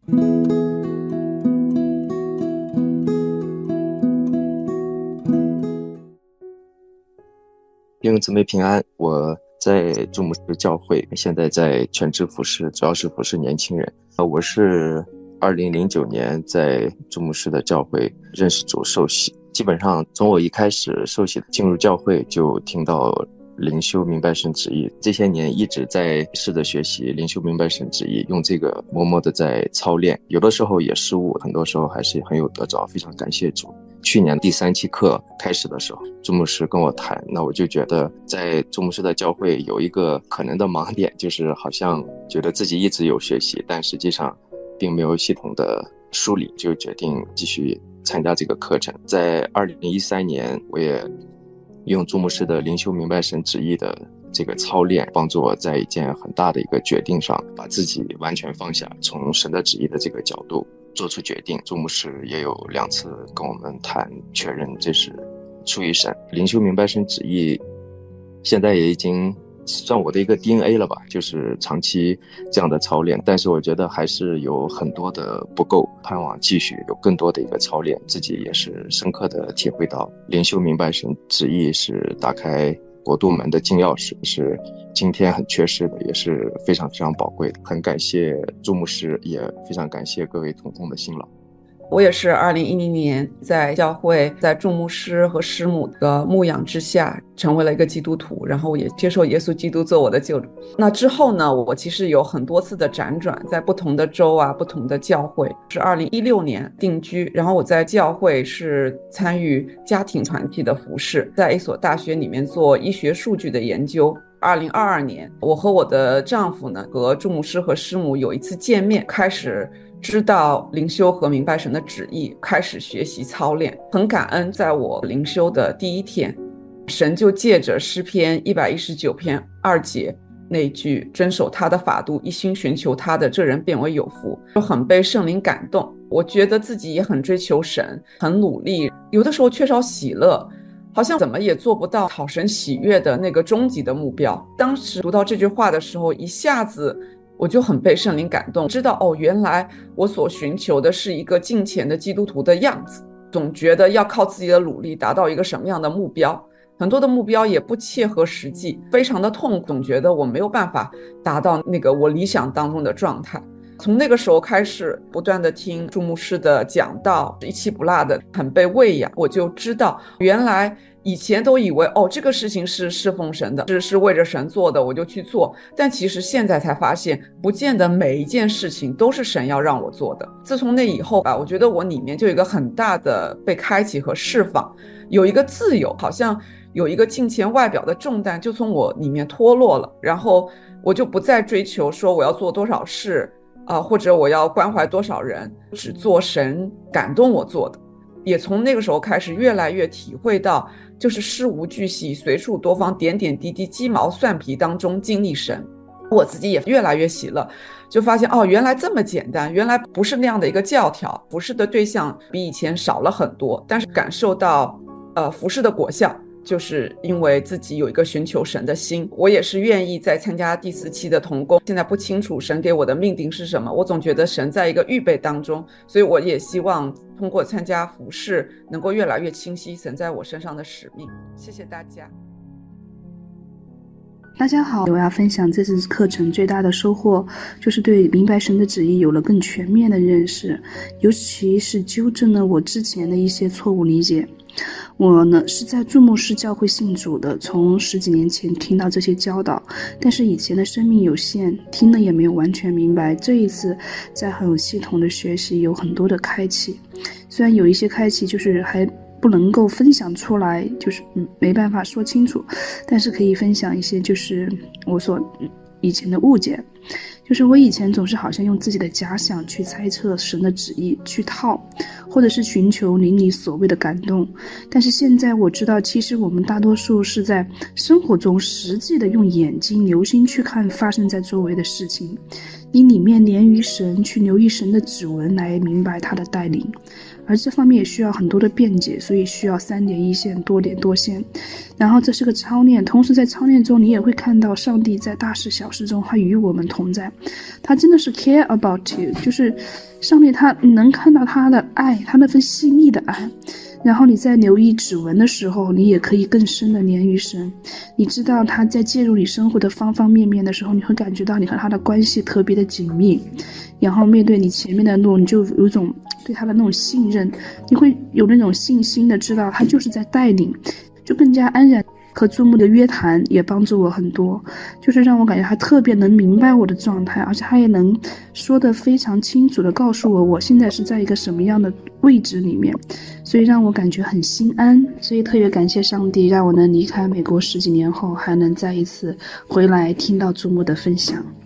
弟兄姊妹平安，我在注目式教会，现在在全职服侍，主要是服侍年轻人。我是2009年在注目式的教会认识主受洗，基本上从我一开始受洗进入教会就听到灵修明白神旨意，这些年一直在试着学习灵修明白神旨意，用这个默默的在操练，有的时候也失误，很多时候还是很有得着，非常感谢主。去年第3期课开始的时候，朱牧师跟我谈，那我就觉得在朱牧师的教会有一个可能的盲点，就是好像觉得自己一直有学习，但实际上并没有系统的梳理，就决定继续参加这个课程。在2013年，我也用朱牧师的灵修明白神旨意的这个操练，帮助我在一件很大的一个决定上，把自己完全放下，从神的旨意的这个角度做出决定。朱牧师也有2次跟我们谈，确认这是出于神。灵修明白神旨意现在也已经算我的一个 DNA 了吧，就是长期这样的操练，但是我觉得还是有很多的不够，盼望继续有更多的一个操练。自己也是深刻的体会到，灵修明白神旨意是打开国度门的金钥匙，是今天很缺失的，也是非常非常宝贵的。很感谢朱牧师，也非常感谢各位同工的辛劳。 我也是2010年在教会，在众牧师和师母的牧养之下，成为了一个基督徒，然后也接受耶稣基督做我的救主。那之后呢，我其实有很多次的辗转，在不同的州啊，不同的教会。是2016年定居，然后我在教会是参与家庭团体的服侍，在一所大学里面做医学数据的研究。2022年，我和我的丈夫呢，和众牧师和师母有一次见面，开始知道灵修和明白神的旨意，开始学习操练。很感恩，在我灵修的第一天，神就借着诗篇119篇2节那句遵守他的法度，一心寻求他的，这人变为有福，就很被圣灵感动。我觉得自己也很追求神，很努力，有的时候缺少喜乐，好像怎么也做不到讨神喜悦的那个终极的目标。当时读到这句话的时候，一下子我就很被圣灵感动，知道原来我所寻求的是一个敬虔的基督徒的样子。总觉得要靠自己的努力达到一个什么样的目标，很多的目标也不切合实际，非常的痛苦，总觉得我没有办法达到那个我理想当中的状态。从那个时候开始，不断的听朱牧师的讲道，一气不落的，很被喂养。我就知道，原来以前都以为这个事情是侍奉神的，是为着神做的，我就去做。但其实现在才发现，不见得每一件事情都是神要让我做的。自从那以后吧，我觉得我里面就有一个很大的被开启和释放，有一个自由，好像有一个敬虔外表的重担就从我里面脱落了，然后我就不再追求说我要做多少事或者我要关怀多少人，只做神感动我做的。也从那个时候开始越来越体会到，就是事无巨细，随处多方，点点滴滴，鸡毛蒜皮当中经历神。我自己也越来越喜乐，就发现原来这么简单，原来不是那样的一个教条，服侍的对象比以前少了很多，但是感受到服侍的果效，就是因为自己有一个寻求神的心。我也是愿意再参加第4期的同工，现在不清楚神给我的命定是什么，我总觉得神在一个预备当中，所以我也希望通过参加服侍能够越来越清晰神在我身上的使命。谢谢大家。 大家好，我要分享这次课程最大的收获，就是对明白神的旨意有了更全面的认识，尤其是纠正了我之前的一些错误理解。我呢是在注牧师教会信主的，从10几年前听到这些教导，但是以前的生命有限，听了也没有完全明白。这一次在很有系统的学习，有很多的开启，虽然有一些开启就是还不能够分享出来，就是没办法说清楚，但是可以分享一些就是我所以前的误解。就是我以前总是好像用自己的假想去猜测神的旨意，去套，或者是寻求灵里所谓的感动。但是现在我知道，其实我们大多数是在生活中实际的用眼睛留心去看发生在周围的事情，你里面连于神，去留意神的指纹来明白他的带领。 而这方面也需要很多的辩解，所以需要3点一线，多点多线。然后这是个操练，同时在操练中你也会看到上帝在大事小事中他与我们同在，他真的是 care about you， 就是上帝他能看到他的爱，他那份细腻的爱。然后你在留意指纹的时候，你也可以更深的连于神。你知道他在介入你生活的方方面面的时候，你会感觉到你和他的关系特别的紧密。然后面对你前面的路，你就有一种对他的那种信任，你会有那种信心的知道他就是在带领，就更加安然。和注目的约谈也帮助我很多，就是让我感觉他特别能明白我的状态，而且他也能说得非常清楚的告诉我现在是在一个什么样的位置里面，所以让我感觉很心安。所以特别感谢上帝让我能离开美国10几年后还能再一次回来听到注目的分享。